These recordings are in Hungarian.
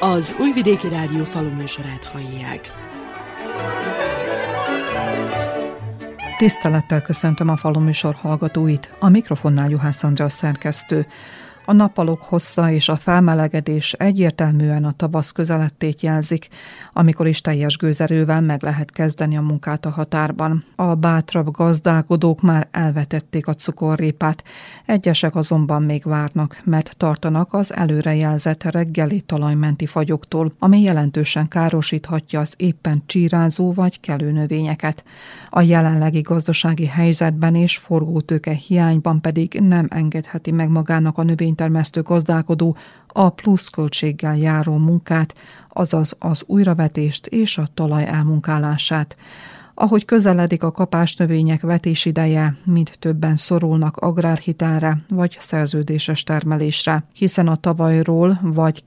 Az Újvidéki Rádió faluműsorát hallják. Tisztelettel köszöntöm a faluműsor hallgatóit, a mikrofonnál Juhász Andrea szerkesztő. A nappalok hossza és a felmelegedés egyértelműen a tavasz közelettét jelzik, amikor is teljes gőzerővel meg lehet kezdeni a munkát a határban. A bátrabb gazdálkodók már elvetették a cukorrépát, egyesek azonban még várnak, mert tartanak az előrejelzett reggeli talajmenti fagyoktól, ami jelentősen károsíthatja az éppen csírázó vagy kelő növényeket. A jelenlegi gazdasági helyzetben és forgótőke hiányban pedig nem engedheti meg magának a növénytermesztő gazdálkodó a pluszköltséggel járó munkát, azaz az újravetést és a talaj elmunkálását. Ahogy közeledik a kapásnövények vetésideje, mind többen szorulnak agrárhitelre vagy szerződéses termelésre, hiszen a tavalyról vagy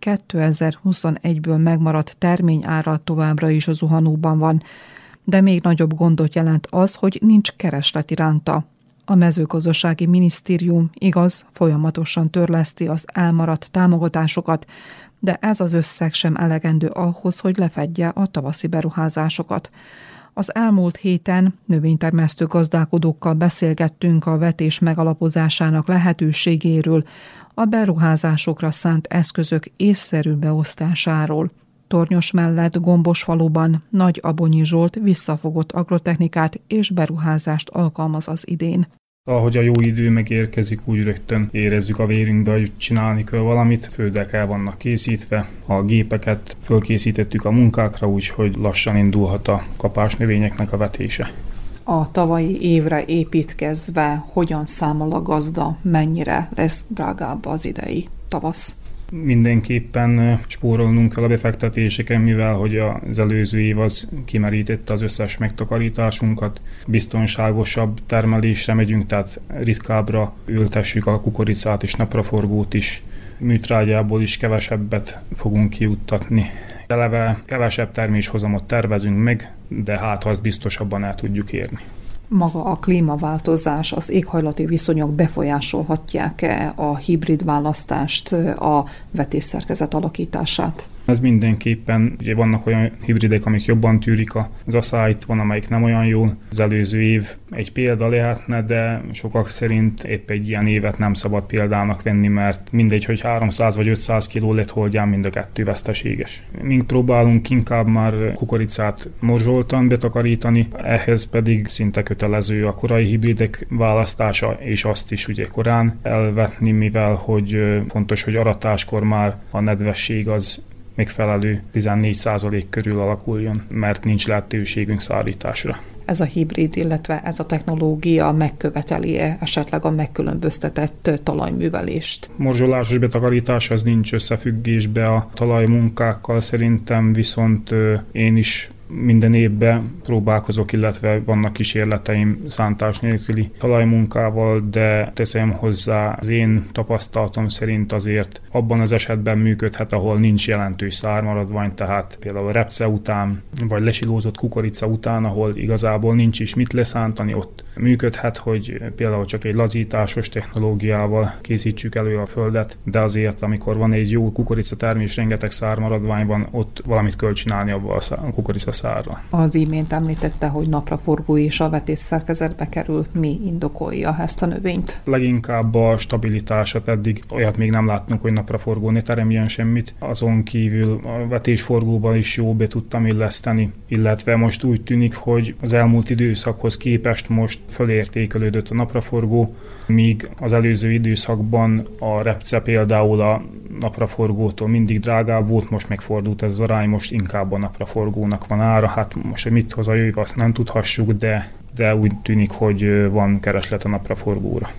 2021-ből megmaradt terményára továbbra is a zuhanóban van, de még nagyobb gondot jelent az, hogy nincs kereslet iránta. A mezőgazdasági minisztérium igaz, folyamatosan törleszti az elmaradt támogatásokat, de ez az összeg sem elegendő ahhoz, hogy lefedje a tavaszi beruházásokat. Az elmúlt héten növénytermesztő gazdálkodókkal beszélgettünk a vetés megalapozásának lehetőségéről, a beruházásokra szánt eszközök észszerű beosztásáról. Tornyos mellett Gombosfaluban Nagy Abonyi Zsolt visszafogott agrotechnikát és beruházást alkalmaz az idén. Ahogy a jó idő megérkezik, úgy rögtön érezzük a vérünkbe, hogy csinálni kell valamit. Földek el vannak készítve, a gépeket fölkészítettük a munkákra, úgyhogy lassan indulhat a kapásnövényeknek a vetése. A tavalyi évre építkezve hogyan számol a gazda, mennyire lesz drágább az idei tavasz? Mindenképpen spórolnunk kell a befektetéseken, mivel hogy az előző év az kimerítette az összes megtakarításunkat. Biztonságosabb termelésre megyünk, tehát ritkábbra ültessük a kukoricát és napraforgót is. Műtrágyából is kevesebbet fogunk kijuttatni. Eleve kevesebb terméshozamot tervezünk meg, de hát azt biztosabban el tudjuk érni. Maga a klímaváltozás, az éghajlati viszonyok befolyásolhatják-e a hibrid választást, a vetésszerkezet alakítását? Ez mindenképpen, ugye vannak olyan hibridek, amik jobban tűrik az aszályt, van, amelyik nem olyan jól. Az előző év egy példa lehetne, de sokak szerint épp egy ilyen évet nem szabad példának venni, mert mindegy, hogy 300 vagy 500 kiló lett holdján, mind a kettő veszteséges. Mink próbálunk inkább már kukoricát morzsoltan betakarítani, ehhez pedig szinte kötelező a korai hibridek választása, és azt is ugye korán elvetni, mivel hogy fontos, hogy aratáskor már a nedvesség az megfelelő 14% körül alakuljon, mert nincs lehetőségünk szállításra. Ez a hibrid, illetve ez a technológia megköveteli-e esetleg a megkülönböztetett talajművelést? Morzsolásos betakarítás az nincs összefüggésbe a talajmunkákkal szerintem, viszont én is minden évben próbálkozok, illetve vannak kísérleteim szántás nélküli talajmunkával, de teszem hozzá, az én tapasztalatom szerint azért abban az esetben működhet, ahol nincs jelentős szármaradvány, tehát például repce után, vagy lesilózott kukorica után, ahol igazából nincs is mit leszántani, ott működhet, hogy például csak egy lazításos technológiával készítsük elő a földet, de azért, amikor van egy jó kukorica termés, rengeteg szármaradvány van, ott valamit kell csinálni abban a kukorica szárra. Az imént említette, hogy napraforgó és a vetésszerkezetbe kerül. Mi indokolja ezt a növényt? Leginkább a stabilitását, eddig olyat még nem láttunk, hogy napraforgó ne teremjen semmit. Azon kívül a vetésforgóban is jó be tudtam illeszteni, illetve most úgy tűnik, hogy az elmúlt időszakhoz képest most fölértékelődött a napraforgó, míg az előző időszakban a repce például a napraforgótól mindig drágább volt, most megfordult ez az arány, most inkább a napraforgónak van ára. Hát most, hogy mit hoz a jövő, azt nem tudhassuk, de úgy tűnik, hogy van kereslet a napraforgóra.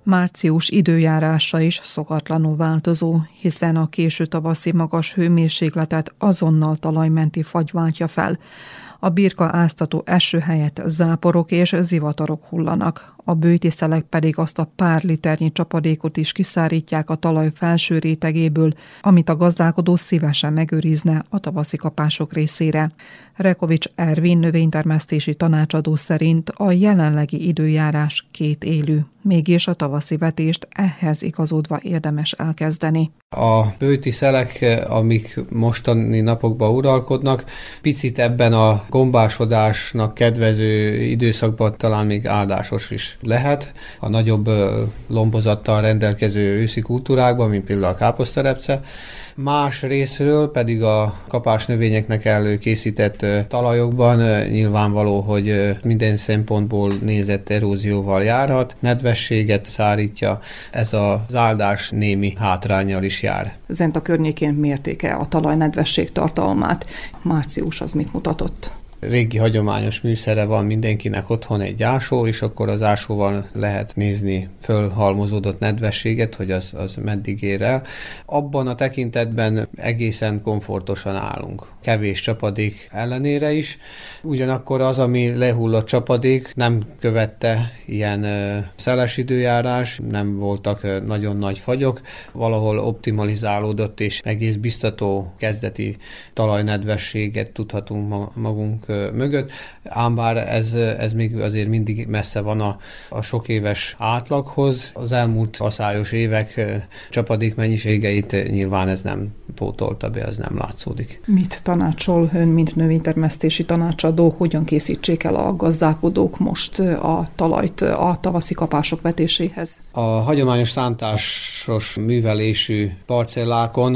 Március időjárása is szokatlanul változó, hiszen a késő tavaszi magas hőmérsékletet azonnal talajmenti fagy váltja fel. A birka áztató eső helyett záporok és zivatarok hullanak. A bőtiszelek pedig azt a pár liternyi csapadékot is kiszárítják a talaj felső rétegéből, amit a gazdálkodó szívesen megőrizne a tavaszi kapások részére. Rekovics Ervin növénytermesztési tanácsadó szerint a jelenlegi időjárás kétélű, mégis a tavaszi vetést ehhez igazodva érdemes elkezdeni. A bőtiszelek, amik mostani napokban uralkodnak, picit ebben a gombásodásnak kedvező időszakban talán még áldásos is lehet. A nagyobb lombozattal rendelkező őszi kultúrákban, mint például a káposztarepce. Más részről pedig a kapás növényeknek előkészített talajokban nyilvánvaló, hogy minden szempontból nézett erózióval járhat, nedvességet szárítja, ez az áldás némi hátránnyal is jár. Zenta környékén mérték-e a talaj nedvesség tartalmát? Március az mit mutatott? Régi hagyományos műszere van mindenkinek otthon egy ásó, és akkor az ásóval lehet nézni fölhalmozódott nedvességet, hogy az meddig ér el. Abban a tekintetben egészen komfortosan állunk. Kevés csapadék ellenére is. Ugyanakkor az, ami lehullott csapadék, nem követte ilyen szeles időjárás, nem voltak nagyon nagy fagyok, valahol optimalizálódott és egész biztató kezdeti talajnedvességet tudhatunk magunk mögött, ám bár ez még azért mindig messze van a sok éves átlaghoz. Az elmúlt aszályos évek csapadék mennyiségeit nyilván ez nem pótolta be, az nem látszódik. Mit tanácsol ön, mint növénytermesztési tanácsadó, hogyan készítsék el a gazdálkodók most a talajt a tavaszi kapások vetéséhez? A hagyományos szántásos művelésű parcellákon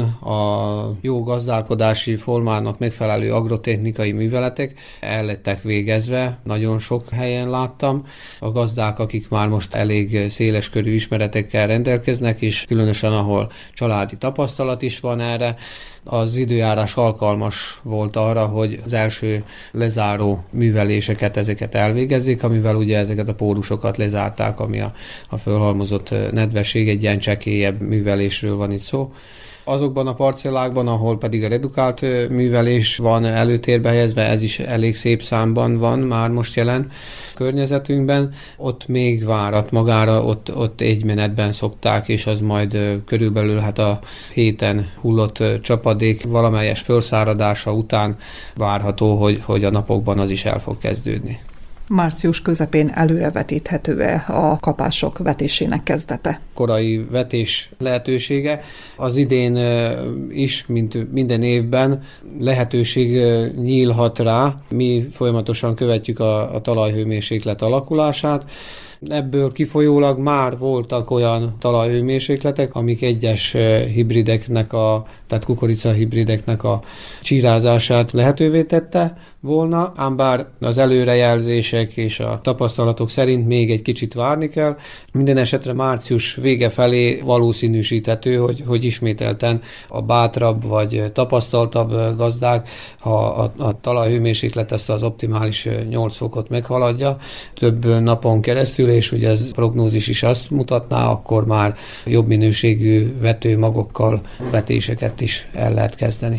a jó gazdálkodási formának megfelelő agrotechnikai műveletek el lettek végezve, nagyon sok helyen láttam. A gazdák, akik már most elég széles körű ismeretekkel rendelkeznek, és különösen ahol családi tapasztalat is van erre, az időjárás alkalmas volt arra, hogy az első lezáró műveléseket, ezeket elvégezzék, amivel ugye ezeket a pórusokat lezárták, ami a fölhalmozott nedvesség, egy ilyen csekélyebb művelésről van itt szó. Azokban a parcellákban, ahol pedig a redukált művelés van előtérbe helyezve, ez is elég szép számban van már most jelen környezetünkben, ott még várat magára, ott egy menetben szokták, és az majd körülbelül a héten hullott csapadék valamelyes felszáradása után várható, hogy a napokban az is el fog kezdődni. Március közepén előrevetíthető-e a kapások vetésének kezdete? Korai vetés lehetősége. Az idén is, mint minden évben lehetőség nyílhat rá. Mi folyamatosan követjük a talajhőmérséklet alakulását. Ebből kifolyólag már voltak olyan talajhőmérsékletek, amik egyes hibrideknek, tehát kukoricahibrideknek a csírázását lehetővé tette volna, ám bár az előrejelzések és a tapasztalatok szerint még egy kicsit várni kell. Minden esetre március vége felé valószínűsíthető, hogy ismételten a bátrabb vagy tapasztaltabb gazdák, ha a talajhőmérséklet ezt az optimális 8 fokot meghaladja több napon keresztül, és ugye ez prognózis is azt mutatná, akkor már jobb minőségű vetőmagokkal vetéseket is el lehet kezdeni.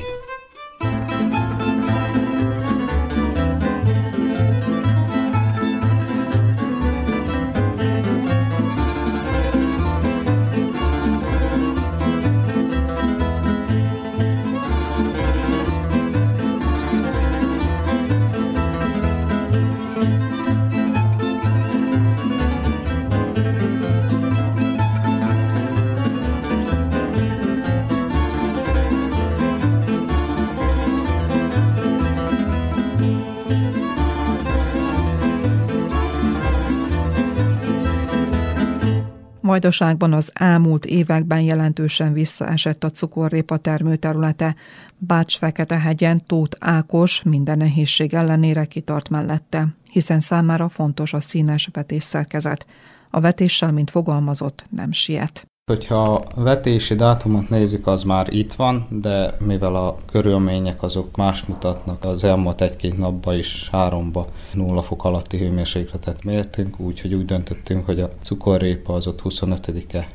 Vajdaságban az elmúlt években jelentősen visszaesett a cukorrépa termőterülete. Bács-Feketehegyen Tóth Ákos minden nehézség ellenére kitart mellette, hiszen számára fontos a színes vetésszerkezet. A vetéssel, mint fogalmazott, nem siet. Hogyha a vetési dátumot nézzük, az már itt van, de mivel a körülmények azok más mutatnak, az elmúlt 1-2 napban is 3-ba 0 fok alatti hőmérsékletet mértünk, úgyhogy úgy döntöttünk, hogy a cukorrépa az ott 25-e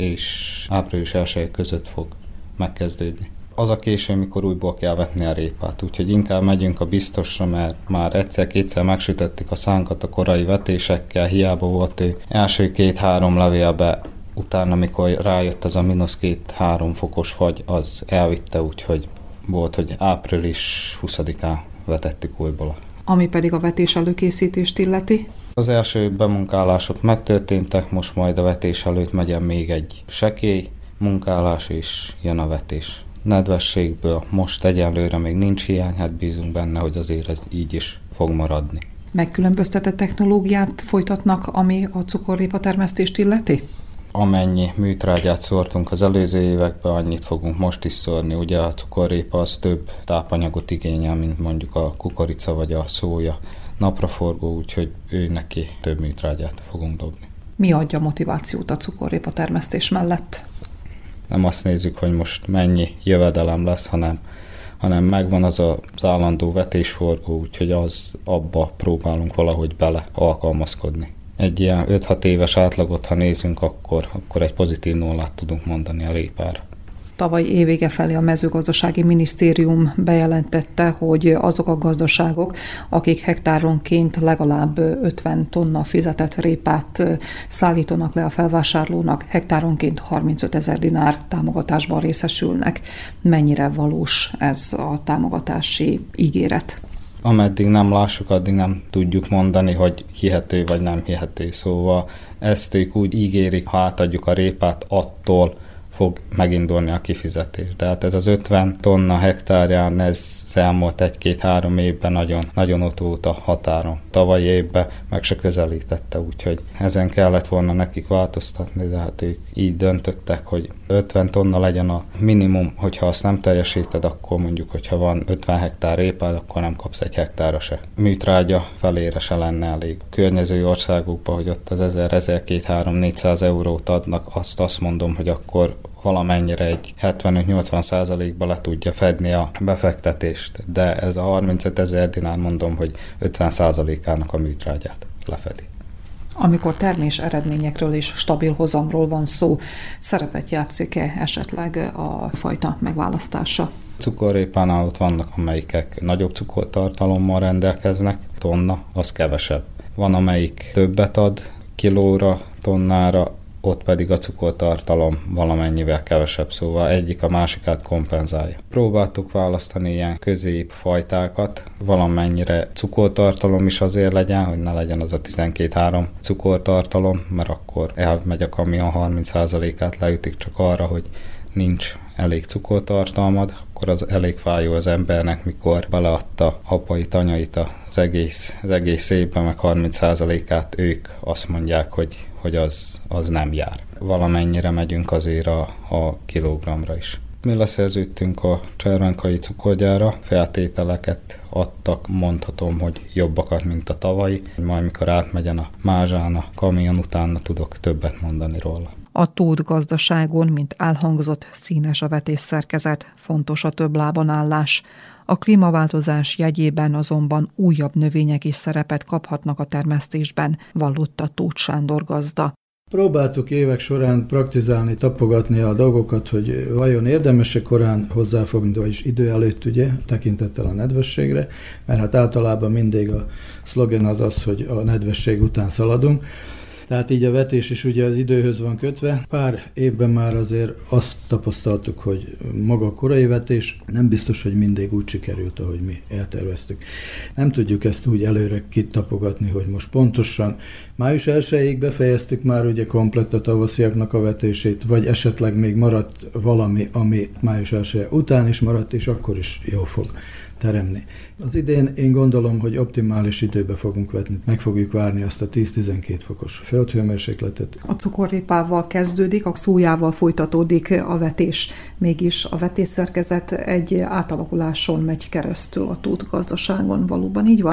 és április 1 között fog megkezdődni. Az a késő, mikor újból kell vetni a répát, úgyhogy inkább megyünk a biztosra, mert már egyszer-kétszer megsütöttük a szánkat a korai vetésekkel, hiába volt ő első 2-3 levélbe, utána, mikor rájött az a -2-3 fokos fagy, az elvitte, úgyhogy volt, hogy április 20-án vetettük újból. Ami pedig a vetés előkészítést illeti? Az első bemunkálások megtörténtek, most majd a vetés előtt megyen még egy sekély munkálás, és jön a vetés. Nedvességből most egyenlőre még nincs hiány, hát bízunk benne, hogy azért ez így is fog maradni. Megkülönböztetett technológiát folytatnak, ami a cukorrépa termesztést illeti? Amennyi műtrágyát szórtunk az előző években, annyit fogunk most is szórni. Ugye a cukorrépa az több tápanyagot igényel, mint mondjuk a kukorica vagy a szója napraforgó, úgyhogy ő neki több műtrágyát fogunk dobni. Mi adja motivációt a cukorrépa termesztés mellett? Nem azt nézzük, hogy most mennyi jövedelem lesz, hanem megvan az állandó vetésforgó, úgyhogy abba próbálunk valahogy bele alkalmazkodni. Egy ilyen 5-6 éves átlagot, ha nézünk, akkor egy pozitív nullát tudunk mondani a répára. Tavaly évvége felé a mezőgazdasági minisztérium bejelentette, hogy azok a gazdaságok, akik hektáronként legalább 50 tonna fizetett répát szállítanak le a felvásárlónak, hektáronként 35 000 dinár támogatásban részesülnek. Mennyire valós ez a támogatási ígéret? Ameddig nem lássuk, addig nem tudjuk mondani, hogy hihető vagy nem hihető. Szóval ezt ők úgy ígérik, ha átadjuk a répát, attól fog megindulni a kifizetés. De hát ez az 50 tonna hektárján, ez elmúlt 1-2-3 évben nagyon ott volt a határon. Tavalyi évben meg se közelítette, úgyhogy ezen kellett volna nekik változtatni, de hát ők így döntöttek, hogy 50 tonna legyen a minimum, hogyha azt nem teljesíted, akkor mondjuk, hogyha van 50 hektár répád, akkor nem kapsz 1 hektárra se. Műtrágya felére se lenne elég. Környező országokban, hogy ott az 1000-1200-400 eurót adnak, azt mondom, hogy akkor valamennyire egy 75-80%-ba le tudja fedni a befektetést, de ez a 35 000 dinár, mondom, hogy 50%-ának a műtrágyát lefedi. Amikor termés eredményekről és stabil hozamról van szó, szerepet játszik-e esetleg a fajta megválasztása? Cukorrépánál ott vannak, amelyikek nagyobb cukortartalommal rendelkeznek, tonna, az kevesebb. Van, amelyik többet ad kilóra, tonnára, ott pedig a cukortartalom valamennyivel kevesebb, szóval egyik a másikát kompenzálja. Próbáltuk választani ilyen középfajtákat, valamennyire cukortartalom is azért legyen, hogy ne legyen az a 12-3 cukortartalom, mert akkor elmegy a kamion 30%-át leütik csak arra, hogy nincs elég cukortartalmad, akkor az elég fájó az embernek, mikor beleadta apait, anyait az egész évben, meg 30%-át ők azt mondják, hogy az nem jár. Valamennyire megyünk azért a kilogramra is. Mi leszerződtünk a Cservenkai cukorgyárra, feltételeket adtak, mondhatom, hogy jobbakat, mint a tavalyi. Majd mikor átmegyen a mázsán, a kamion, utána tudok többet mondani róla. A tót gazdaságon, mint elhangzott, színes a vetésszerkezet, fontos a több lábon állás. A klímaváltozás jegyében azonban újabb növények is szerepet kaphatnak a termesztésben, vallotta Tóth Sándor gazda. Próbáltuk évek során praktizálni, tapogatni a dolgokat, hogy vajon érdemes-e korán hozzáfogni, vagyis idő előtt, ugye, tekintettel a nedvességre, mert hát általában mindig a szlogen az, hogy a nedvesség után szaladunk. Tehát így a vetés is ugye az időhöz van kötve. Pár évben már azért azt tapasztaltuk, hogy maga a korai vetés nem biztos, hogy mindig úgy sikerült, ahogy mi elterveztük. Nem tudjuk ezt úgy előre kitapogatni, hogy most pontosan május 1-ig befejeztük már ugye komplett a tavasziaknak a vetését, vagy esetleg még maradt valami, ami május 1 után is maradt, és akkor is jó fog teremni. Az idén én gondolom, hogy optimális időbe fogunk vetni. Meg fogjuk várni azt a 10-12 fokos földhőmérsékletet. A cukorrépával kezdődik, a szójával folytatódik a vetés. Mégis a vetésszerkezet egy átalakuláson megy keresztül a tót gazdaságon. Valóban így van?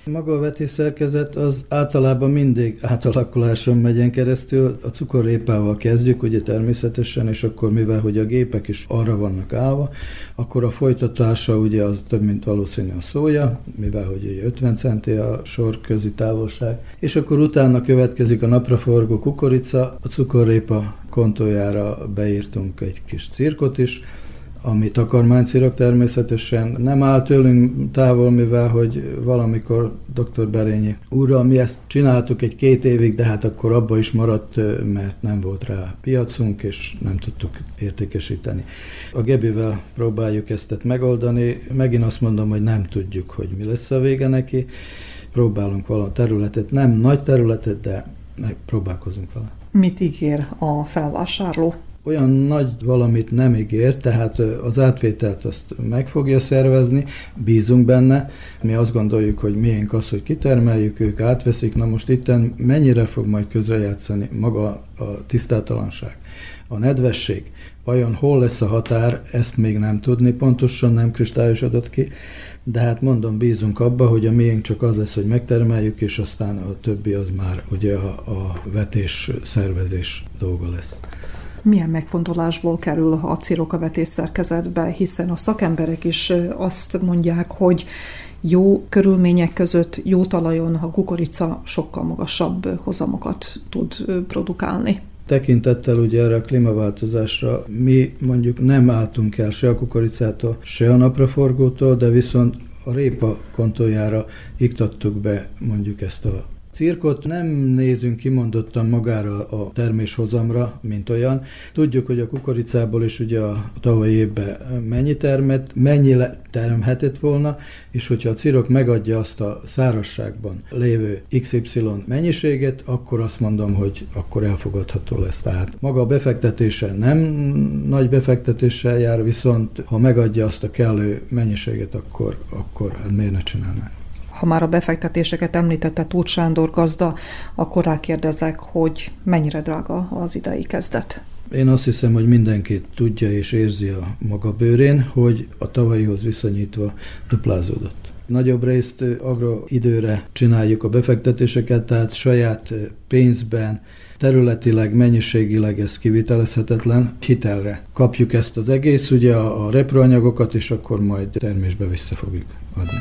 Maga a vetészszerkezet az általában mindig átalakuláson megyen keresztül. A cukorrépával kezdjük, ugye természetesen, és akkor mivel, hogy a gépek is arra vannak állva, akkor a folytatása ugye az több, mint valószínű a szója, mivel, hogy 50 centi a sor közi távolság, és akkor utána következik a napraforgó kukorica, a cukorrépa kontójára beírtunk egy kis cirkot is, ami takarmánycirok természetesen. Nem áll tőlünk távol, mivel hogy valamikor dr. Berényi úrral mi ezt csináltuk 2 évig, de hát akkor abba is maradt, mert nem volt rá piacunk, és nem tudtuk értékesíteni. A Gebivel próbáljuk ezt megoldani. Megint azt mondom, hogy nem tudjuk, hogy mi lesz a vége neki. Próbálunk valami területet, nem nagy területet, de próbálkozunk vele. Mit ígér a felvásárló? Olyan nagy valamit nem ígér, tehát az átvételt azt meg fogja szervezni, bízunk benne. Mi azt gondoljuk, hogy miénk az, hogy kitermeljük, ők átveszik. Na most itten mennyire fog majd közrejátszani maga a tisztátalanság, a nedvesség, vajon hol lesz a határ, ezt még nem tudni, pontosan nem kristályosodott ki, de hát mondom, bízunk abba, hogy a miénk csak az lesz, hogy megtermeljük, és aztán a többi az már ugye a vetés szervezés dolga lesz. Milyen megfontolásból kerül a cirok a vetészszerkezetbe, hiszen a szakemberek is azt mondják, hogy jó körülmények között, jó talajon a kukorica sokkal magasabb hozamokat tud produkálni. Tekintettel ugye erre a klímaváltozásra mi mondjuk nem álltunk el se a kukoricától, se a napraforgótól, de viszont a répa kontójára iktattuk be mondjuk ezt a cirkot. Nem nézünk kimondottan magára a terméshozamra, mint olyan. Tudjuk, hogy a kukoricából is ugye a tavalyi évben mennyi termett, mennyi termhetett volna, és hogyha a cirok megadja azt a szárazságban lévő XY mennyiséget, akkor azt mondom, hogy akkor elfogadható lesz. Tehát maga a befektetése nem nagy befektetéssel jár, viszont ha megadja azt a kellő mennyiséget, akkor hát miért ne csinálnánk? Ha már a befektetéseket említette Tóth Sándor gazda, akkor rákérdezek, hogy mennyire drága az idei kezdet. Én azt hiszem, hogy mindenki tudja és érzi a maga bőrén, hogy a tavalyihoz viszonyítva duplázódott. Nagyobb részt agroidőre csináljuk a befektetéseket, tehát saját pénzben, területileg, mennyiségileg ez kivitelezhetetlen. Hitelre kapjuk ezt az egész, ugye a reproanyagokat, és akkor majd termésbe vissza fogjuk adni.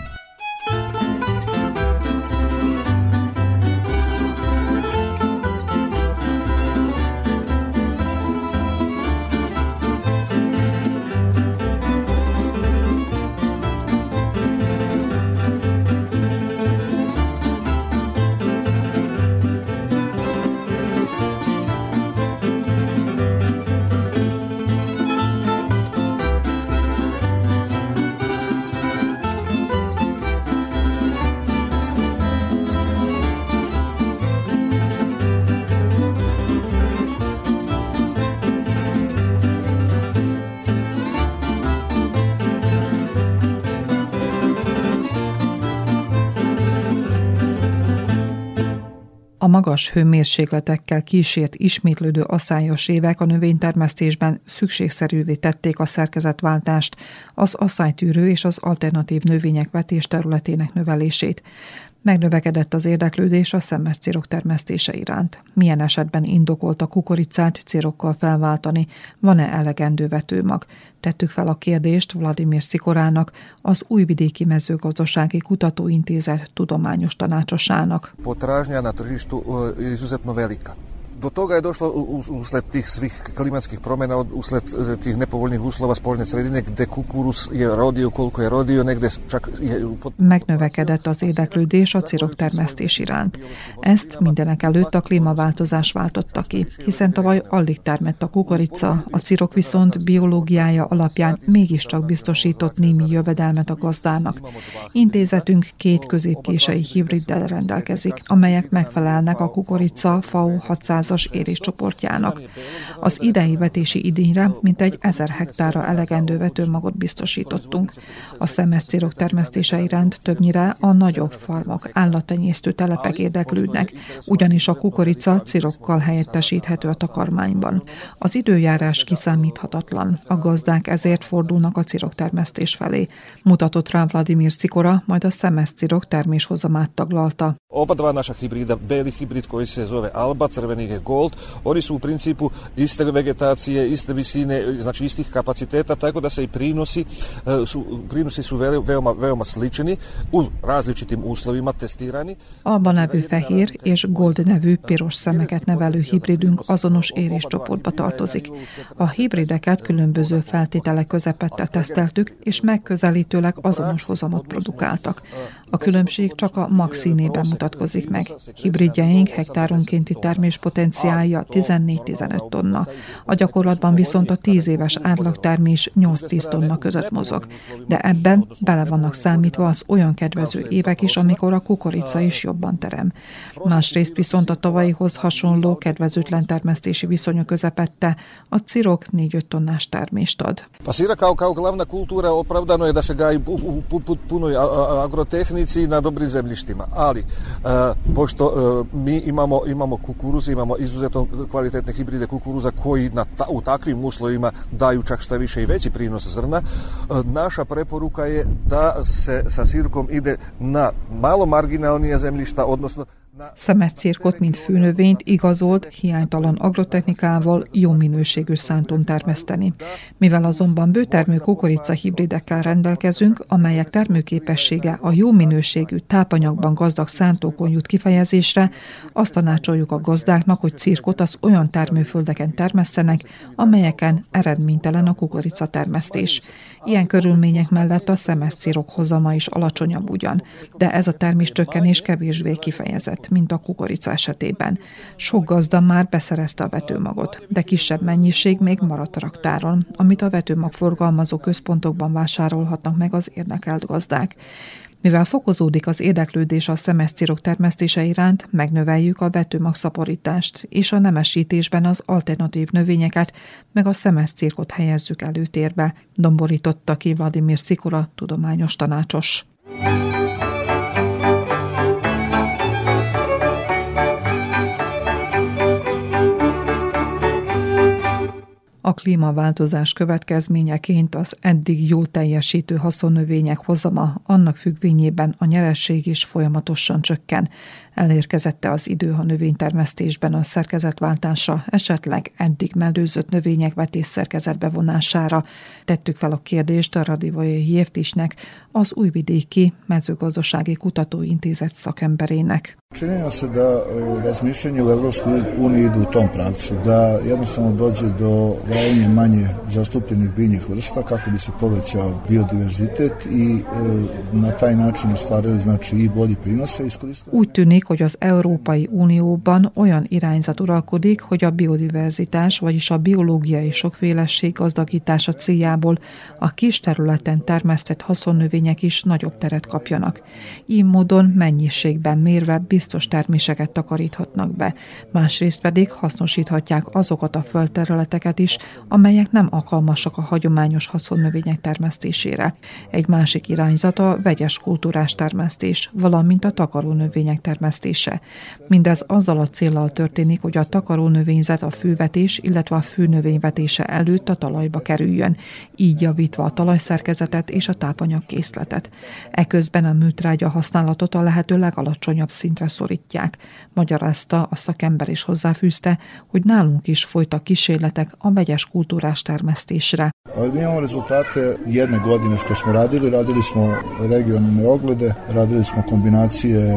A magas hőmérsékletekkel kísért ismétlődő aszályos évek a növénytermesztésben szükségszerűvé tették a szerkezetváltást, az aszálytűrő és az alternatív növények vetés területének növelését. Megnövekedett az érdeklődés a szemes cirok termesztése iránt. Milyen esetben indokolt a kukoricát cirokkal felváltani? Van-e elegendő vetőmag? Tettük fel a kérdést Vladimir Szikorának, az Újvidéki Mezőgazdasági Kutatóintézet tudományos tanácsosának. Potražnja na tržištu izuzetno velika. Do toga je došlo usled tih svih klimatskih promjena, usled tih nepovoljnih uslova spoljne sredine, gde kukuruz je rodio koliko je rodio, negde čak je... Megnövekedett az érdeklődés a cirok termesztés iránt. Ezt mindenek előtt a klímaváltozás váltotta ki, hiszen tavaly alig termett a kukorica, a cirok viszont biológiája alapján mégiscsak biztosított némi jövedelmet a gazdának. Intézetünk 2 középkései hibriddel rendelkezik, amelyek megfelelnek a kukorica FAO 600 kukorica-20-as éréscsoportjának. Az idei vetési idényre mintegy 1000 hektárra elegendő vetőmagot biztosítottunk. A szemeszcirok termesztése iránt többnyire a nagyobb farmok, állattenyésztő telepek érdeklődnek, ugyanis a kukorica cirokkal helyettesíthető a takarmányban. Az időjárás kiszámíthatatlan, a gazdák ezért fordulnak a ciroktermesztés felé. Mutatott rá Vladimír Sikora, majd a szemeszcirok terméshozamát taglalta. Oba dva naša hibrida, beli hibrid koji se zove Alba, crveni je Gold, oni su u principu iste vegetacije, iste visine, znači istih kapaciteta, tako da se i prinosi su veoma slični u različitim uslovima testirani. Alba nevű fehér és Gold nevű piros szemeket nevelő hibridünk azonos éréscsoportba tartozik. A hibrideket különböző feltételek közepette teszteltük, és megközelítőleg azonos hozamot produkáltak. A különbség csak a mag színében mutatkozik meg. Hibridjeink hektáronkénti terméspotenciálja 14-15 tonna. A gyakorlatban viszont a 10 éves átlagtermés 8-10 tonna között mozog. De ebben bele vannak számítva az olyan kedvező évek is, amikor a kukorica is jobban terem. Másrészt viszont a tavalyihoz hasonló kedvezőtlen termesztési viszonyok közepette a cirok 4-5 tonnás termést ad. Pa sira kao glavna kultura opravdano je da se gaji u punoj agrotehnici na dobrim zemljištima, ali pošto mi imamo kukuruz, imamo izuzetno kvalitetne hibride kukuruza koji u takvim uslovima daju čak šta više i veći prinos zrna, naša preporuka je da se sa sirkom ide na malo marginálnije zemljišta, odnosno Szemeszcirkot, mint főnövényt igazolt, hiánytalan agrotechnikával jó minőségű szánton termeszteni. Mivel azonban bőtermő kukorica hibridekkel rendelkezünk, amelyek termőképessége a jó minőségű tápanyagban gazdag szántókon jut kifejezésre, azt tanácsoljuk a gazdáknak, hogy cirkot az olyan termőföldeken termesztenek, amelyeken eredménytelen a kukorica termesztés. Ilyen körülmények mellett a szemeszcirok hozama is alacsonyabb ugyan, de ez a terméscsökkenés kevésbé kifejezett, mint a kukorica esetében. Sok gazda már beszerezte a vetőmagot, de kisebb mennyiség még maradt a raktáron, amit a vetőmagforgalmazó központokban vásárolhatnak meg az érdekelt gazdák. Mivel fokozódik az érdeklődés a szemeszcirok termesztése iránt, megnöveljük a vetőmagszaporítást, és a nemesítésben az alternatív növényeket, meg a szemeszcirkot helyezzük előtérbe, domborította ki Vladimír Sikora, tudományos tanácsos. A klímaváltozás következményeként az eddig jól teljesítő haszonnövények hozama annak függvényében a nyeresség is folyamatosan csökken. Elérkezette az idő a növénytermesztésben a szerkezetváltásra, esetleg eddig mellőzött növények vetészszerkezetbe vonására. Tettük fel a kérdést a Radivoje Jeftićnek, az Újvidéki Mezőgazdasági Kutatóintézet szakemberének. Činilo se da razmišljanje u Evropskoj uniji idu u tom pravcu, da jednostavno dođe do gajenja manje zastupljenih biljnih vrsta kako bi se povećao biodiverzitet i na taj način ostvarili znači i bolji prinose. Úgy tűnik, hogy az Európai Unióban olyan irányzat uralkodik, hogy a biodiverzitás, vagyis a biológiai sokféleség gazdagítása céljából a kis területen termesztett haszonnövények is nagyobb teret kapjanak. Így módon mennyiségben mérve biztos terméseket takaríthatnak be, másrészt pedig hasznosíthatják azokat a földterületeket is, amelyek nem alkalmasak a hagyományos haszonnövények termesztésére. Egy másik irányzat a vegyes kultúrás termesztés, valamint a takarónövények termesztése. Mindez azzal a céllal történik, hogy a takarónövényzet a fűvetés, illetve a fűnövényvetése előtt a talajba kerüljön, így javítva a talajszerkezetet és a tápanyagkészletet. Eközben a műtrágya használatot a lehető legalacsonyabb szintre szorítják. Magyarázta a szakember és hozzáfűzte, hogy nálunk is folytak kísérletek a vegyes kultúrás termesztésre. Mi imamo rezultate jedne godine što smo radili smo regionalne oglede, radili smo kombinacije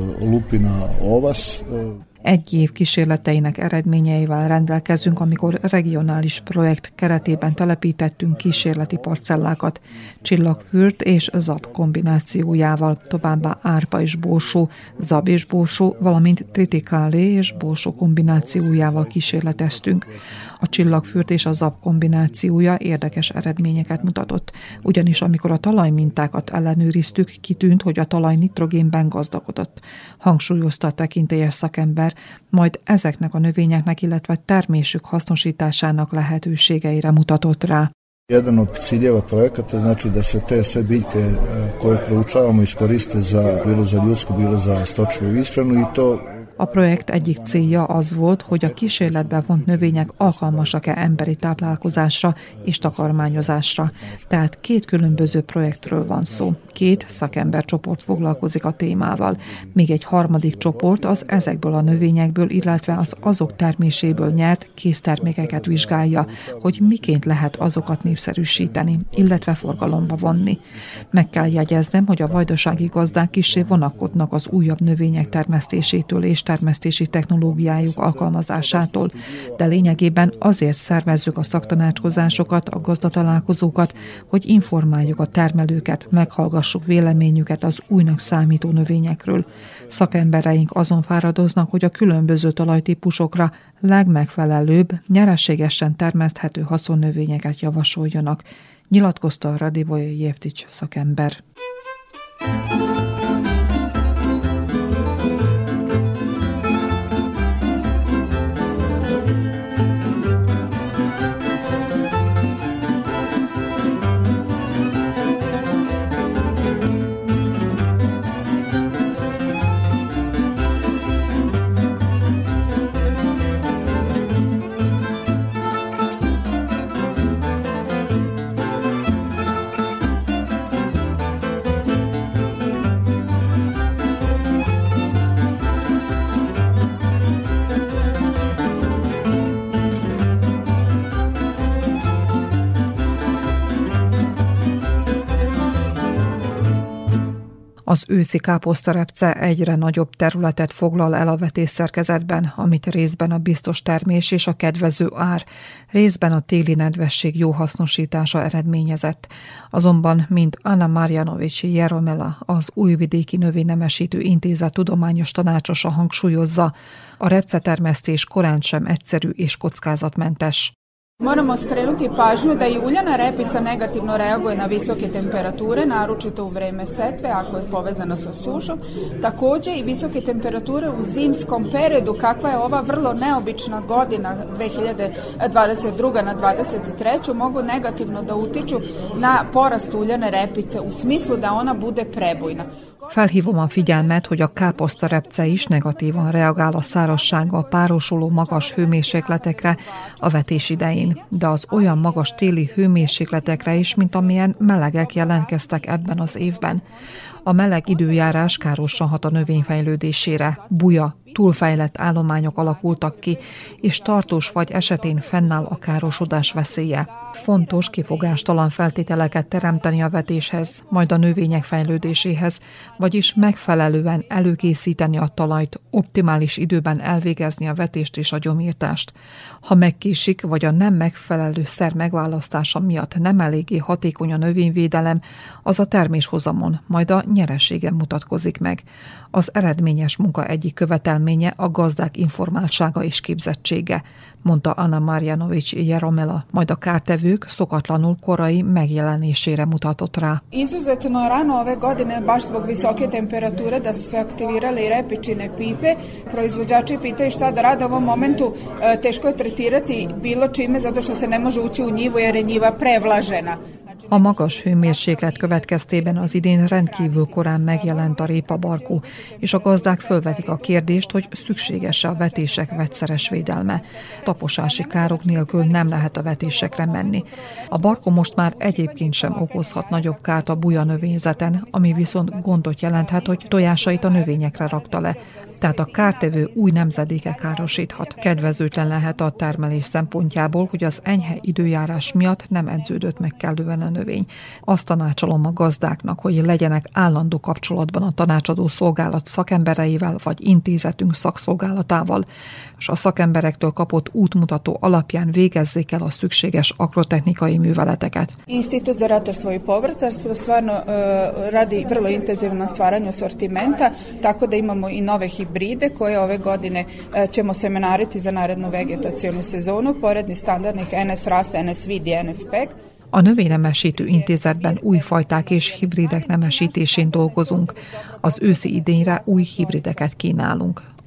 lupina ovas. Egy év kísérleteinek eredményeivel rendelkezünk, amikor regionális projekt keretében telepítettünk kísérleti parcellákat, csillagfürt és zab kombinációjával, továbbá árpa és borsó, zab és borsó, valamint tritikálé és borsó kombinációjával kísérleteztünk. A csillagfürt és a zab kombinációja érdekes eredményeket mutatott, ugyanis amikor a talajmintákat ellenőriztük, kitűnt, hogy a talaj nitrogénben gazdagodott. Hangsúlyozta a tekintélyes szakember, szakember, majd ezeknek a növényeknek, illetve termésük hasznosításának lehetőségeire mutatott rá. Jedan od ciljeva projekata znači da se te sve biljke koje proučavamo iskoriste bilo za ljudsku, bilo za stočnu ishranu i to. A projekt egyik célja az volt, hogy a kísérletbe vont növények alkalmasak-e emberi táplálkozásra és takarmányozásra. Tehát 2 különböző projektről van szó. 2 szakembercsoport foglalkozik a témával. Még egy harmadik csoport az ezekből a növényekből, illetve az azok terméséből nyert késztermékeket vizsgálja, hogy miként lehet azokat népszerűsíteni, illetve forgalomba vonni. Meg kell jegyeznem, hogy a vajdasági gazdák kissé vonakodnak az újabb növények termesztésétől és termesztési technológiájuk alkalmazásától, de lényegében azért szervezzük a szaktanácskozásokat, a gazdatalálkozókat, hogy informáljuk a termelőket, meghallgassuk véleményüket az újnak számító növényekről. Szakembereink azon fáradoznak, hogy a különböző talajtípusokra legmegfelelőbb, nyereségesen termeszthető haszonnövényeket javasoljanak, nyilatkozta a Radivoje Jevtics szakember. Az őszi káposztarepce egyre nagyobb területet foglal el a vetésszerkezetben, amit részben a biztos termés és a kedvező ár, részben a téli nedvesség jó hasznosítása eredményezett. Azonban, mint Anna Marjanovics Jeromela, az Újvidéki Növénynemesítő Intézet tudományos tanácsosa hangsúlyozza, a repcetermesztés korán sem egyszerű és kockázatmentes. Moramo skrenuti pažnju da i uljana repica negativno reaguje na visoke temperature, naročito u vreme setve, ako je povezana sa sušom. Također i visoke temperature u zimskom periodu, kakva je ova vrlo neobična godina 2022. na 2023. mogu negativno da utiču na porast uljane repice u smislu da ona bude prebujna. Felhívom a figyelmet, hogy a káposztarepce is negatívan reagál a szárazsággal párosuló magas hőmérsékletekre a vetés idején, de az olyan magas téli hőmérsékletekre is, mint amilyen melegek jelentkeztek ebben az évben. A meleg időjárás károsan hat a növény fejlődésére, buja, túlfejlett állományok alakultak ki, és tartós fagy esetén fennáll a károsodás veszélye. Fontos kifogástalan feltételeket teremteni a vetéshez, majd a növények fejlődéséhez, vagyis megfelelően előkészíteni a talajt, optimális időben elvégezni a vetést és a gyomírtást. Ha megkésik, vagy a nem megfelelő szer megválasztása miatt nem eléggé hatékony a növényvédelem, az a terméshozamon, majd a nyereségen mutatkozik meg. Az eredményes munka egyik követelménye a gazdák informáltsága és képzettsége, mondta Anna Marjanovics Jeromela, majd a kártevők szokatlanul korai megjelenésére mutatott rá. Izuzetno rano ove godine, baš zbog visoke temperature, da su se aktivirale i repičine pipe, proizvođači pitaju šta da rade u ovom momentu, teško je tretirati bilo čime, zato što se ne može ući u njivu jer je njiva prevlažena. A magas hőmérséklet következtében az idén rendkívül korán megjelent a répabarkó, és a gazdák fölvetik a kérdést, hogy szükséges-e a vetések vegyszeres védelme. Taposási károk nélkül nem lehet a vetésekre menni. A barkó most már egyébként sem okozhat nagyobb kárt a buja növényzeten, ami viszont gondot jelenthet, hogy tojásait a növényekre rakta le. Tehát a kártevő új nemzedéke károsíthat. Kedvezőtlen lehet a termelés szempontjából, hogy az enyhe időjárás miatt nem edződött meg kellően a növény. Azt tanácsolom a gazdáknak, hogy legyenek állandó kapcsolatban a tanácsadó szolgálat szakembereivel vagy intézetünk szakszolgálatával, és a szakemberektől kapott útmutató alapján végezzék el a szükséges agrotechnikai műveleteket. Institut za ratarstvo i povrtarstvo stvarno radi vrlo intenzivno na stvaranju sortimenta, tako da imamo i nove hibride koje ove godine ćemo semenariti za narednu vegetacionu sezonu, poredni standardnih NS rasa, NS vid i NS peg. A Növénynemesítő Intézetben új fajták és hibridek nemesítésén dolgozunk. Az őszi idényre új hibrideket kínálunk.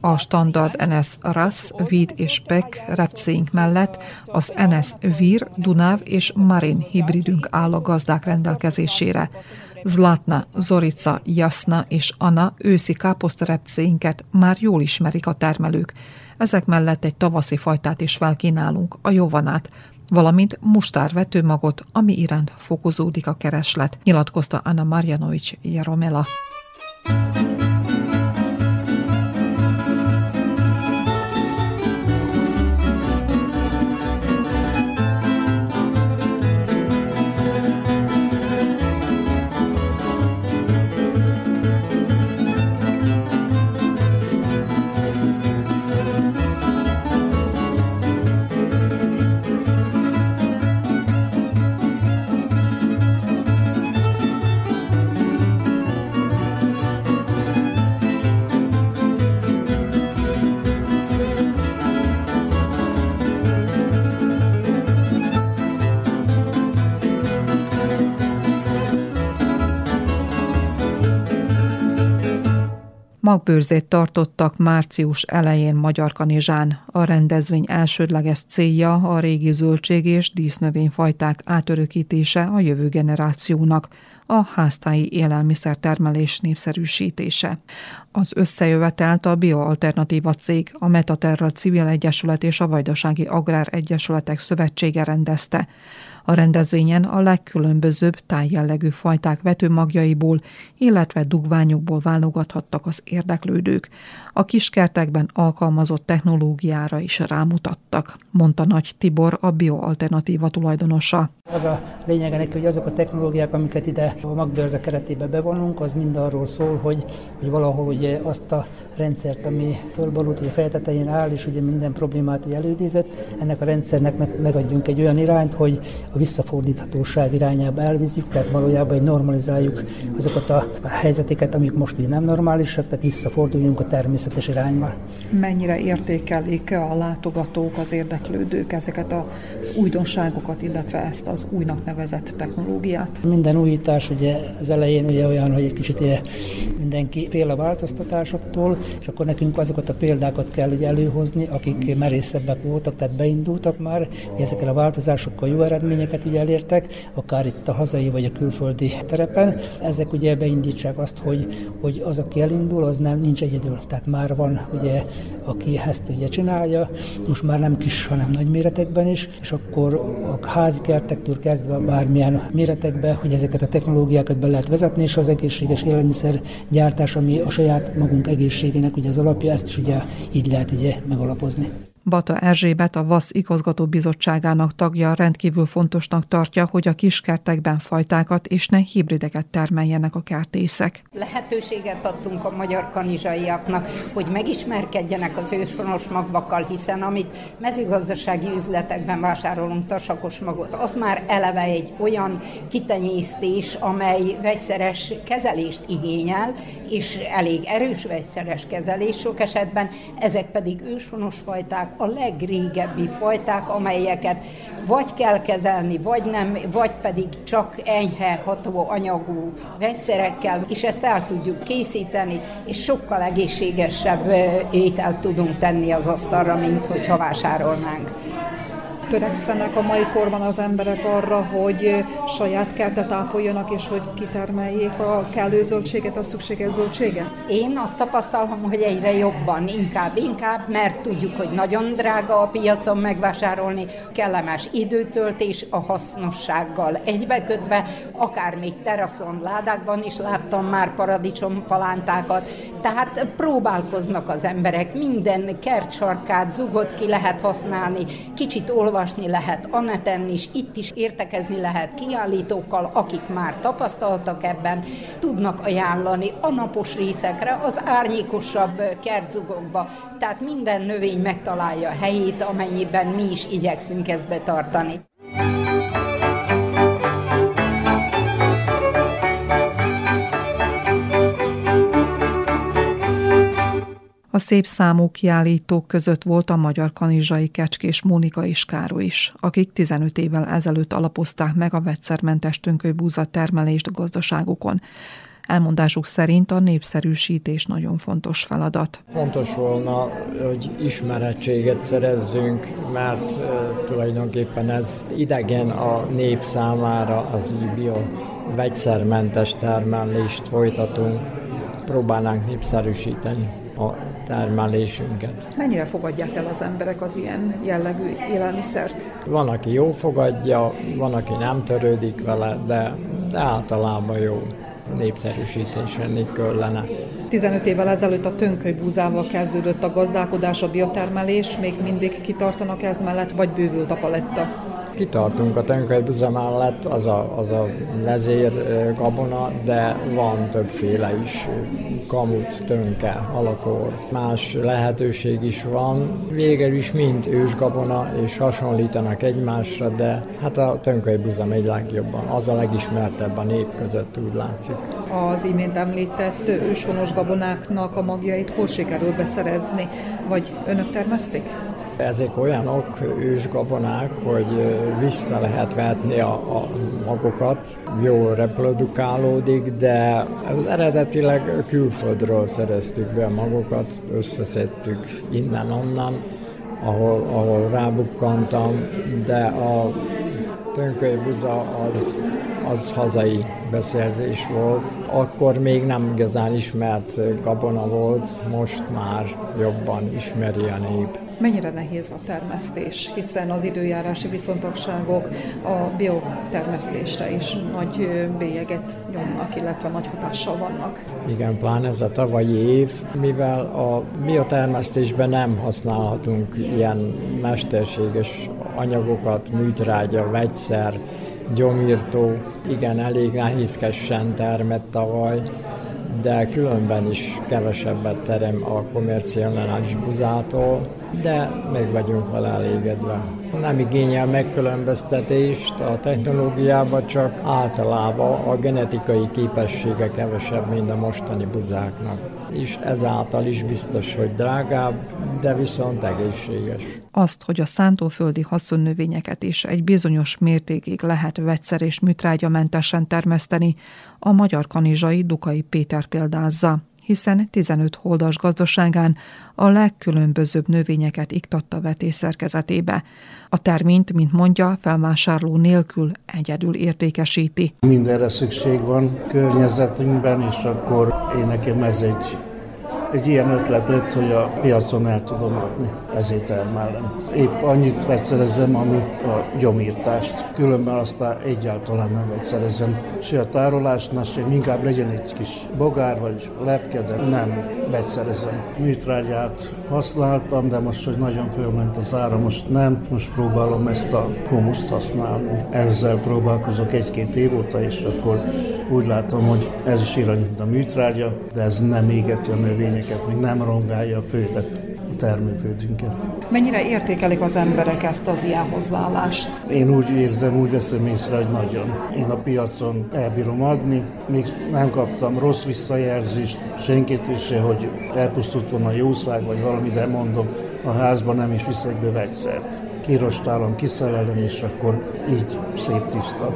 A standard NS Ras, Vid és Pek repcéink mellett az NS Vir, Dunav és Marin hibridünk áll a gazdák rendelkezésére. Zlatna, Zorica, Jasna és Anna őszi káposztarepcéinket már jól ismerik a termelők. Ezek mellett egy tavaszi fajtát is felkínálunk, a Jovanát, valamint mustárvetőmagot, ami iránt fokozódik a kereslet, nyilatkozta Anna Marjanovics Jaromela. Magbőrzét tartottak március elején Magyarkanizsán. A rendezvény elsődleges célja a régi zöldség és dísznövényfajták átörökítése a jövő generációnak, a háztáji élelmiszertermelés népszerűsítése. Az összejövetelt a Bioalternatíva cég, a Metaterra Civil Egyesület és a Vajdasági Agrár Egyesületek Szövetsége rendezte. A rendezvényen a legkülönbözőbb tájjellegű fajták vetőmagjaiból, illetve dugványokból válogathattak az érdeklődők. A kiskertekben alkalmazott technológiára is rámutattak, mondta Nagy Tibor, a Bioalternatíva tulajdonosa. Az a lényege neki, hogy azok a technológiák, amiket ide a magbőrze keretébe bevonunk, az mind arról szól, hogy valahol ugye azt a rendszert, ami fölborult, hogy a feje tetején áll, és ugye minden problémát előidézett, ennek a rendszernek megadjunk egy olyan irányt, hogy a visszafordíthatóság irányába elvizzük, tehát valójában normalizáljuk azokat a helyzeteket, amik most még nem normálisak, tehát visszaforduljunk a természetes irányba. Mennyire értékelik a látogatók, az érdeklődők ezeket az újdonságokat, illetve ezt az újnak nevezett technológiát? Minden újítás ugye az elején ugye olyan, hogy egy kicsit mindenki fél a változtatásoktól, és akkor nekünk azokat a példákat kell ugye előhozni, akik merészebbek voltak, tehát beindultak már, hogy ezekkel a változásokkal jó eredményeket ugye elértek, akár itt a hazai vagy a külföldi terepen. Ezek ugye beindítsák azt, hogy az, aki elindul, az nincs egyedül. Tehát már van ugye, aki ezt ugye csinálja, most már nem kis, hanem nagy méretekben is, és akkor a házi kertektől kezdve bármilyen méretekbe, hogy ezeket a technológiákat be lehet vezetni, és az egészséges élelmiszer gyártás, ami a saját magunk egészségének ugye az alapja, ezt is ugye így lehet ugye megalapozni. Bata Erzsébet, a VASZ igazgató bizottságának tagja rendkívül fontosnak tartja, hogy a kiskertekben fajtákat és ne hibrideket termeljenek a kertészek. Lehetőséget adtunk a magyar kanizsaiaknak, hogy megismerkedjenek az őshonos magvakkal, hiszen amit mezőgazdasági üzletekben vásárolunk tasakos magot, az már eleve egy olyan kitenyésztés, amely vegyszeres kezelést igényel, és elég erős vegyszeres kezelés sok esetben, ezek pedig őshonos fajták, a legrégebbi fajták, amelyeket vagy kell kezelni, vagy nem, vagy pedig csak enyhe ható anyagú vegyszerekkel, és ezt el tudjuk készíteni, és sokkal egészségesebb ételt tudunk tenni az asztalra, mint hogyha vásárolnánk. Törekszenek a mai korban az emberek arra, hogy saját kertet ápoljanak, és hogy kitermeljék a kellő zöldséget, a szükséges zöldséget? Én azt tapasztalom, hogy egyre jobban, inkább, mert tudjuk, hogy nagyon drága a piacon megvásárolni, kellemes időtöltés a hasznossággal egybekötve, akár még teraszon, ládákban is láttam már paradicsompalántákat, tehát próbálkoznak az emberek, minden kertsarkát, zugot ki lehet használni, kicsit olvasni lehet a neten is, itt is értekezni lehet kiállítókkal, akik már tapasztaltak ebben, tudnak ajánlani a napos részekre, az árnyékosabb kertzugokba, tehát minden növény megtalálja a helyét, amennyiben mi is igyekszünk ezt betartani. A szép számú kiállítók között volt a magyar kanizsai Kecskés Mónika és Károly is, akik 15 évvel ezelőtt alapozták meg a vegyszermentes tünkölybúza termelést gazdaságukon. Elmondásuk szerint a népszerűsítés nagyon fontos feladat. Fontos volna, hogy ismerettséget szerezzünk, mert tulajdonképpen ez idegen a nép számára, az vegyszermentes termelést folytatunk. Próbálnánk népszerűsíteni a termelésünket. Mennyire fogadják el az emberek az ilyen jellegű élelmiszert? Van, aki jó fogadja, van, aki nem törődik vele, de általában jó népszerűsíteni kellene. 15 évvel ezelőtt a tönkölybúzával kezdődött a gazdálkodás, a biotermelés, még mindig kitartanak ez mellett, vagy bővült a paletta? Kitartunk a tönkölybúza mellett, az a lezér gabona, de van többféle is, kamut, tönke, alakor. Más lehetőség is van. Végül is mind ősgabona, és hasonlítanak egymásra, de hát a tönkölybúza megy legjobban. Az a legismertebb a nép között, úgy látszik. Az imént említett őshonos gabonáknak a magjait hol sikerül beszerezni, vagy önök termesztik? Ezek olyanok ősgabonák, hogy vissza lehet vetni a magokat, jól reprodukálódik, de az eredetileg külföldről szereztük be a magokat, összeszedtük innen-onnan, ahol rábukkantam, de a tönkölybúza az hazai beszerzés volt. Akkor még nem igazán ismert gabona volt, most már jobban ismeri a nép. Mennyire nehéz a termesztés, hiszen az időjárási viszontagságok a biotermesztésre is nagy bélyeget nyomnak, illetve nagy hatással vannak. Igen, pláne ez a tavalyi év, mivel a biotermesztésben nem használhatunk ilyen mesterséges anyagokat, műtrágya, vegyszer, gyomírtó, igen, elég nehézkesen termett tavaly, de különben is kevesebbet terem a komerciális buzától, de meg vagyunk vele elégedve. Nem igényel megkülönböztetést a technológiában, csak általában a genetikai képessége kevesebb, mint a mostani buzáknak. És ezáltal is biztos, hogy drágább, de viszont egészséges. Azt, hogy a szántóföldi haszonnövényeket is egy bizonyos mértékig lehet vegyszer- és műtrágyamentesen termeszteni, a magyarkanizsai Dukai Péter példázza, hiszen 15 holdas gazdaságán a legkülönbözőbb növényeket iktatta vetés szerkezetébe. A terményt, mint mondja, felvásárló nélkül egyedül értékesíti. Mindenre szükség van környezetünkben, és akkor én nekem ez egy ilyen ötlet lett, hogy a piacon el tudom adni, ezért termelem. Épp annyit vegyszerezem, ami a gyomírtást. Különben aztán egyáltalán nem vegyszerezem. Se a tárolásnál, sem inkább legyen egy kis bogár vagy lepke, de nem vegyszerezem. Műtrágyát használtam, de most, hogy nagyon fölment az ára, most nem. Most próbálom ezt a humuszt használni. Ezzel próbálkozok 1-2 év óta, és akkor úgy látom, hogy ez is irány, mint a műtrágya, de ez nem égeti a növényeket, még nem rongálja a földet, a termőföldünket. Mennyire értékelik az emberek ezt az ilyen hozzáállást? Én úgy érzem, úgy veszem észre, hogy nagyon. Én a piacon elbírom adni, még nem kaptam rossz visszajelzést senkitől se, hogy elpusztult volna a jószág, vagy valami, de mondom, a házban nem is viszek be vegyszert. Kirostálom, kiszerelem, és akkor így szép tiszta.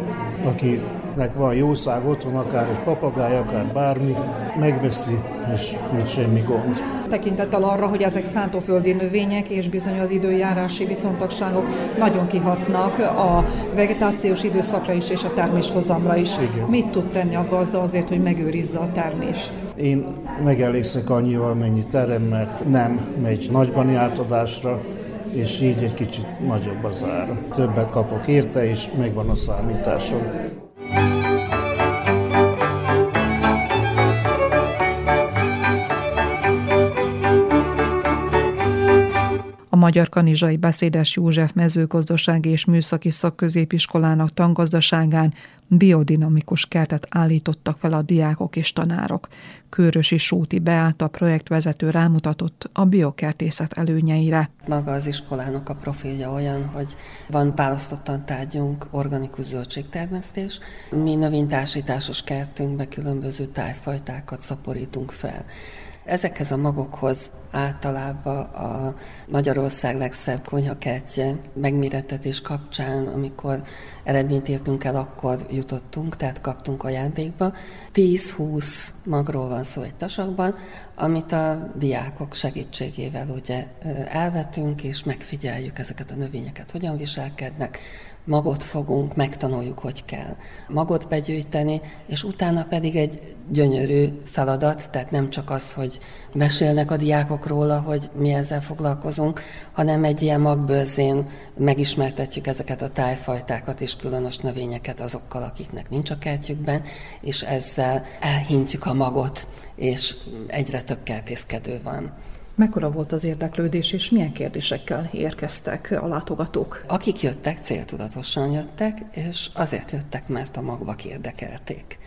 Akinek van jószág otthon, akár egy papagáj, akár bármi, megveszi, és nincs semmi gond. Tekintettel arra, hogy ezek szántóföldi növények, és bizony az időjárási viszontagságok nagyon kihatnak a vegetációs időszakra is, és a terméshozamra is. Igen. Mit tud tenni a gazda azért, hogy megőrizze a termést? Én megelégszek annyival, mennyi terem, mert nem megy nagybani átadásra, és így egy kicsit nagyobb az ára. Többet kapok érte, és megvan a számításom. A Magyarkanizsai Beszédes József Mezőgazdasági és Műszaki Szakközépiskolának tangazdaságán biodinamikus kertet állítottak fel a diákok és tanárok. Kőrösi Sóti Beáta projektvezető rámutatott a biokertészet előnyeire. Maga az iskolának a profilja olyan, hogy van választott tantárgyunk, organikus zöldségtermesztés. Mi növénytársításos kertünkbe különböző tájfajtákat szaporítunk fel. Ezekhez a magokhoz általában a Magyarország legszebb konyhakertje megmérettetés kapcsán, amikor eredményt értünk el, akkor jutottunk, tehát kaptunk ajándékba. 10-20 magról van szó egy tasakban, amit a diákok segítségével ugye elvetünk, és megfigyeljük ezeket a növényeket, hogyan viselkednek, magot fogunk, megtanuljuk, hogy kell magot begyűjteni, és utána pedig egy gyönyörű feladat, tehát nem csak az, hogy mesélnek a diákok róla, hogy mi ezzel foglalkozunk, hanem egy ilyen magbőrzén megismertetjük ezeket a tájfajtákat és különös növényeket azokkal, akiknek nincs a kertjükben, és ezzel elhintjük a magot, és egyre több kertészkedő van. Mekkora volt az érdeklődés, és milyen kérdésekkel érkeztek a látogatók? Akik jöttek, céltudatosan jöttek, és azért jöttek, mert a magvak érdekelték.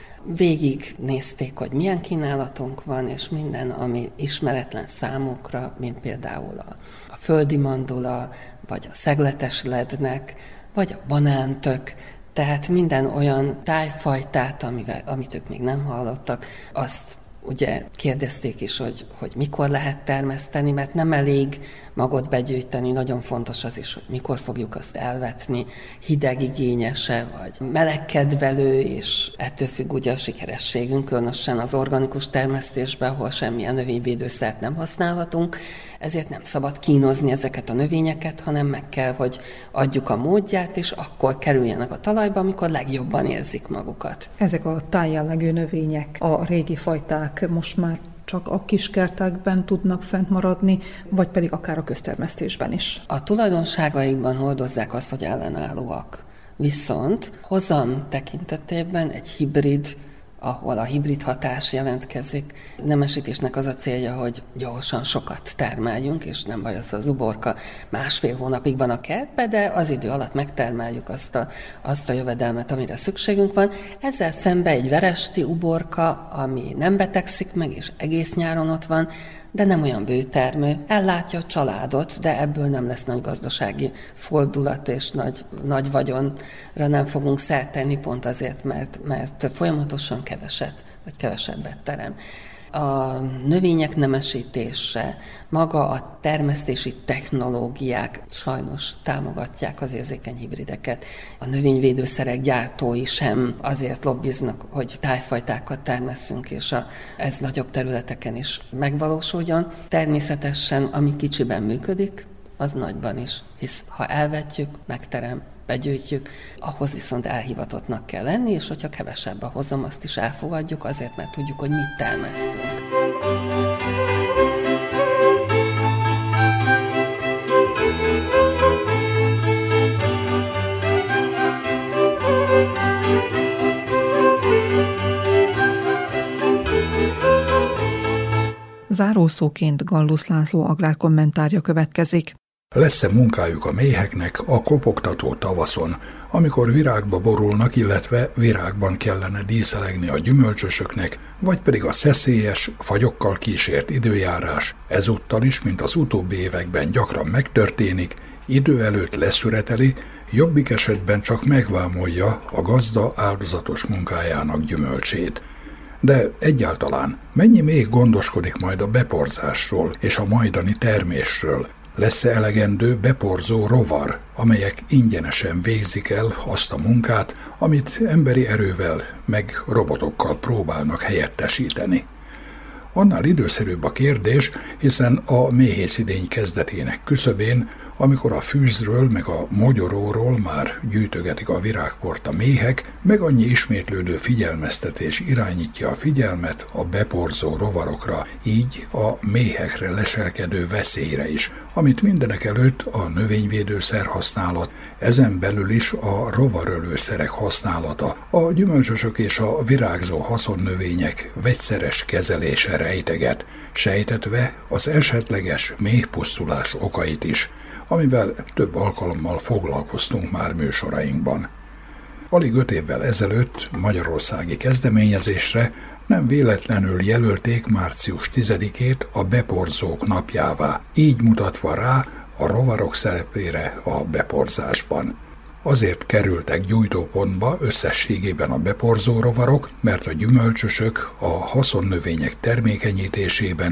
Végig nézték, hogy milyen kínálatunk van, és minden, ami ismeretlen számukra, mint például a földi mandula, vagy a szegletes lednek, vagy a banántök, tehát minden olyan tájfajtát, amit ők még nem hallottak, azt ugye kérdezték is, hogy mikor lehet termeszteni, mert nem elég magot begyűjteni, nagyon fontos az is, hogy mikor fogjuk azt elvetni, hidegigényese, vagy melegkedvelő, és ettől függ ugye a sikerességünk, különösen az organikus termesztésben, ahol semmilyen növényvédőszert nem használhatunk, ezért nem szabad kínozni ezeket a növényeket, hanem meg kell, hogy adjuk a módját, és akkor kerüljenek a talajba, amikor legjobban érzik magukat. Ezek a tájjellegű növények, a régi fajták most már csak a kiskertekben tudnak fent maradni, vagy pedig akár a köztermesztésben is? A tulajdonságaikban hordozzák azt, hogy ellenállóak. Viszont hozam tekintetében egy hibrid, ahol a hibrid hatás jelentkezik. Nemesítésnek az a célja, hogy gyorsan sokat termeljünk, és nem baj az, az uborka 1,5 hónapig van a kertben, de az idő alatt megtermeljük azt a jövedelmet, amire szükségünk van. Ezzel szemben egy veresti uborka, ami nem betegszik meg, és egész nyáron ott van, de nem olyan bőtermő. Ellátja a családot, de ebből nem lesz nagy gazdasági fordulat, és nagy vagyonra nem fogunk szert tenni, pont azért, mert folyamatosan kevesebbet terem. A növények nemesítése, maga a termesztési technológiák sajnos támogatják az érzékeny hibrideket. A növényvédőszerek gyártói sem azért lobbiznak, hogy tájfajtákat termesszünk, és ez nagyobb területeken is megvalósuljon. Természetesen, ami kicsiben működik, az nagyban is, hisz ha elvetjük, megterem, begyűjtjük, ahhoz viszont elhivatottnak kell lenni, és hogyha kevesebb a hozam, azt is elfogadjuk, azért, mert tudjuk, hogy mit termesztünk. Zárószóként Gallus László agrárkommentárja következik. Lesz-e munkájuk a méheknek a kopogtató tavaszon, amikor virágba borulnak, illetve virágban kellene díszelegni a gyümölcsösöknek, vagy pedig a szeszélyes, fagyokkal kísért időjárás ezúttal is, mint az utóbbi években gyakran megtörténik, idő előtt leszüreteli, jobbik esetben csak megvámolja a gazda áldozatos munkájának gyümölcsét. De egyáltalán mennyi még gondoskodik majd a beporzásról és a majdani termésről? Lesz-e elegendő beporzó rovar, amelyek ingyenesen végzik el azt a munkát, amit emberi erővel meg robotokkal próbálnak helyettesíteni? Annál időszerűbb a kérdés, hiszen a méhészidény kezdetének küszöbén, amikor a fűzről meg a mogyoróról már gyűjtögetik a virágport a méhek, meg annyi ismétlődő figyelmeztetés irányítja a figyelmet a beporzó rovarokra, így a méhekre leselkedő veszélyre is, amit mindenek előtt a növényvédőszer használat, ezen belül is a rovarölőszerek használata, a gyümölcsösök és a virágzó haszonnövények vegyszeres kezelése rejteget, sejtetve az esetleges méhpusztulás okait is, amivel több alkalommal foglalkoztunk már műsorainkban. Alig 5 évvel ezelőtt magyarországi kezdeményezésre nem véletlenül jelölték március 10-ét a beporzók napjává, így mutatva rá a rovarok szerepére a beporzásban. Azért kerültek gyújtópontba összességében a beporzó rovarok, mert a gyümölcsösök a haszonnövények termékenyítésében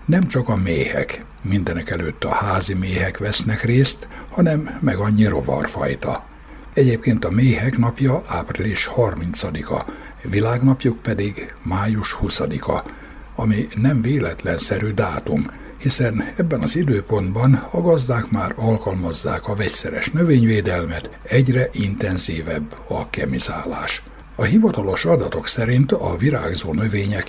Nem csak a méhek, mindenek előtt a házi méhek vesznek részt, hanem meg annyi rovarfajta. Egyébként a méhek napja április 30-a, világnapjuk pedig május 20-a, ami nem véletlenszerű dátum, hiszen ebben az időpontban a gazdák már alkalmazzák a vegyszeres növényvédelmet, egyre intenzívebb a kemizálás. A hivatalos adatok szerint a virágzó növények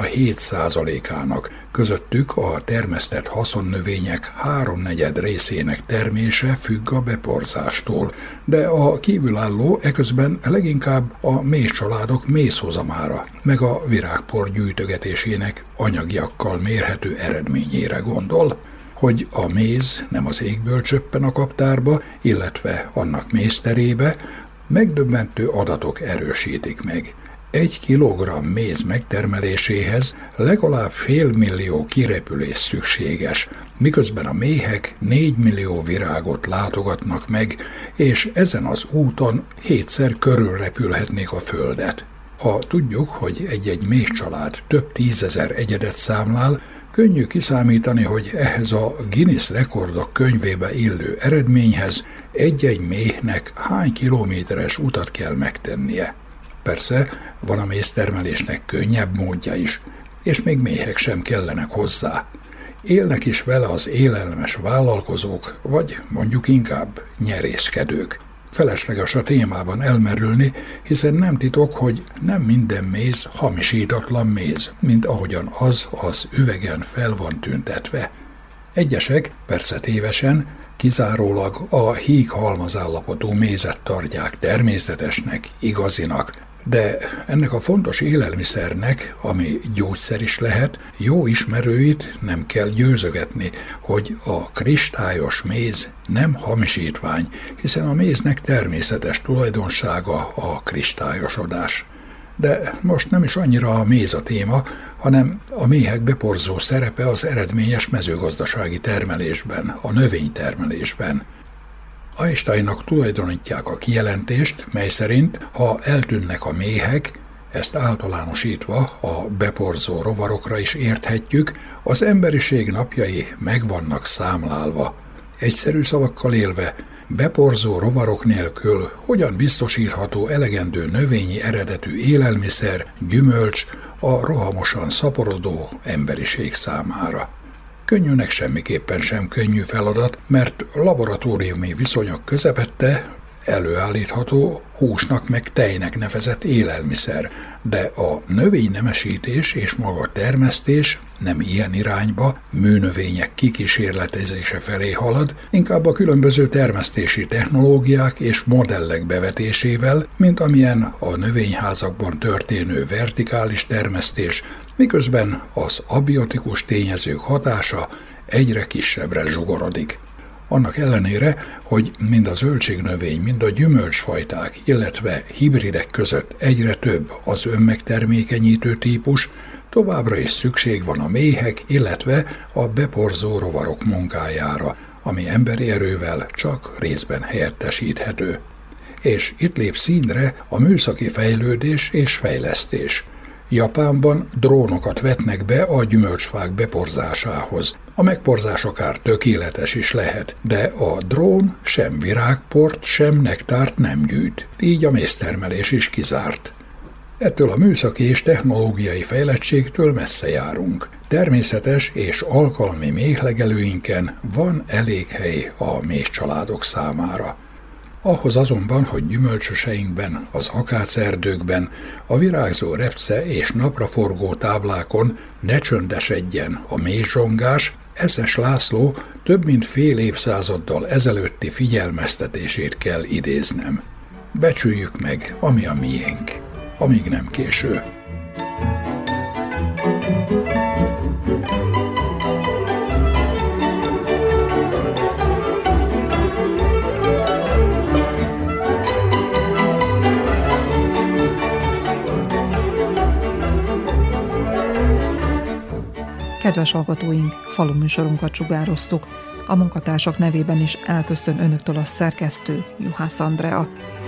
87%-ának, közöttük a termesztett haszonnövények 3/4 részének termése függ a beporzástól, de a kívülálló eközben leginkább a mézcsaládok mézhozamára, meg a virágpor gyűjtögetésének anyagiakkal mérhető eredményére gondol. Hogy a méz nem az égből csöppen a kaptárba, illetve annak mézterébe, megdöbbentő adatok erősítik meg. 1 kilogramm méz megtermeléséhez legalább 500 000 kirepülés szükséges, miközben a méhek 4 millió virágot látogatnak meg, és ezen az úton 7-szer körülrepülhetnék a földet. Ha tudjuk, hogy egy-egy méhcsalád több 10 000 egyedet számlál, könnyű kiszámítani, hogy ehhez a Guinness rekordok könyvébe illő eredményhez egy-egy méhnek hány kilométeres utat kell megtennie. Persze van a méztermelésnek könnyebb módja is, és még méhek sem kellenek hozzá. Élnek is vele az élelmes vállalkozók, vagy mondjuk inkább nyerészkedők. Felesleges a témában elmerülni, hiszen nem titok, hogy nem minden méz hamisítatlan méz, mint ahogyan az üvegen fel van tüntetve. Egyesek, persze tévesen, kizárólag a híg halmazállapotú mézet tartják természetesnek, igazinak, de ennek a fontos élelmiszernek, ami gyógyszer is lehet, jó ismerőit nem kell győzögetni, hogy a kristályos méz nem hamisítvány, hiszen a méznek természetes tulajdonsága a kristályosodás. De most nem is annyira a méz a téma, hanem a méhek beporzó szerepe az eredményes mezőgazdasági termelésben, a növénytermelésben. Einsteinnak tulajdonítják a kijelentést, mely szerint, ha eltűnnek a méhek, ezt általánosítva a beporzó rovarokra is érthetjük, az emberiség napjai meg vannak számlálva. Egyszerű szavakkal élve, beporzó rovarok nélkül hogyan biztosítható elegendő növényi eredetű élelmiszer, gyümölcs a rohamosan szaporodó emberiség számára. Könnyűnek semmiképpen sem könnyű feladat, mert laboratóriumi viszonyok közepette előállítható húsnak meg tejnek nevezett élelmiszer, de a növénynemesítés és maga termesztés nem ilyen irányba, műnövények kikísérletezése felé halad, inkább a különböző termesztési technológiák és modellek bevetésével, mint amilyen a növényházakban történő vertikális termesztés, miközben az abiotikus tényezők hatása egyre kisebbre zsugorodik. Annak ellenére, hogy mind a zöldségnövény, mind a gyümölcsfajták, illetve hibridek között egyre több az önmegtermékenyítő típus, továbbra is szükség van a méhek, illetve a beporzó rovarok munkájára, ami emberi erővel csak részben helyettesíthető. És itt lép színre a műszaki fejlődés és fejlesztés. Japánban drónokat vetnek be a gyümölcsfák beporzásához. A megporzás akár tökéletes is lehet, de a drón sem virágport, sem nektárt nem gyűjt, így a méztermelés is kizárt. Ettől a műszaki és technológiai fejlettségtől messze járunk. Természetes és alkalmi méhlegelőinken van elég hely a mézcsaládok számára. Ahhoz azonban, hogy gyümölcsöseinkben, az akácerdőkben, a virágzó repce és napraforgó táblákon ne csöndesedjen a mézsongás, Eszes László több mint fél évszázaddal ezelőtti figyelmeztetését kell idéznem. Becsüljük meg, ami a miénk, amíg nem késő. Kedves hallgatóink, faluműsorunkat sugároztuk. A munkatársak nevében is elköszön önöktől a szerkesztő, Juhász Andrea.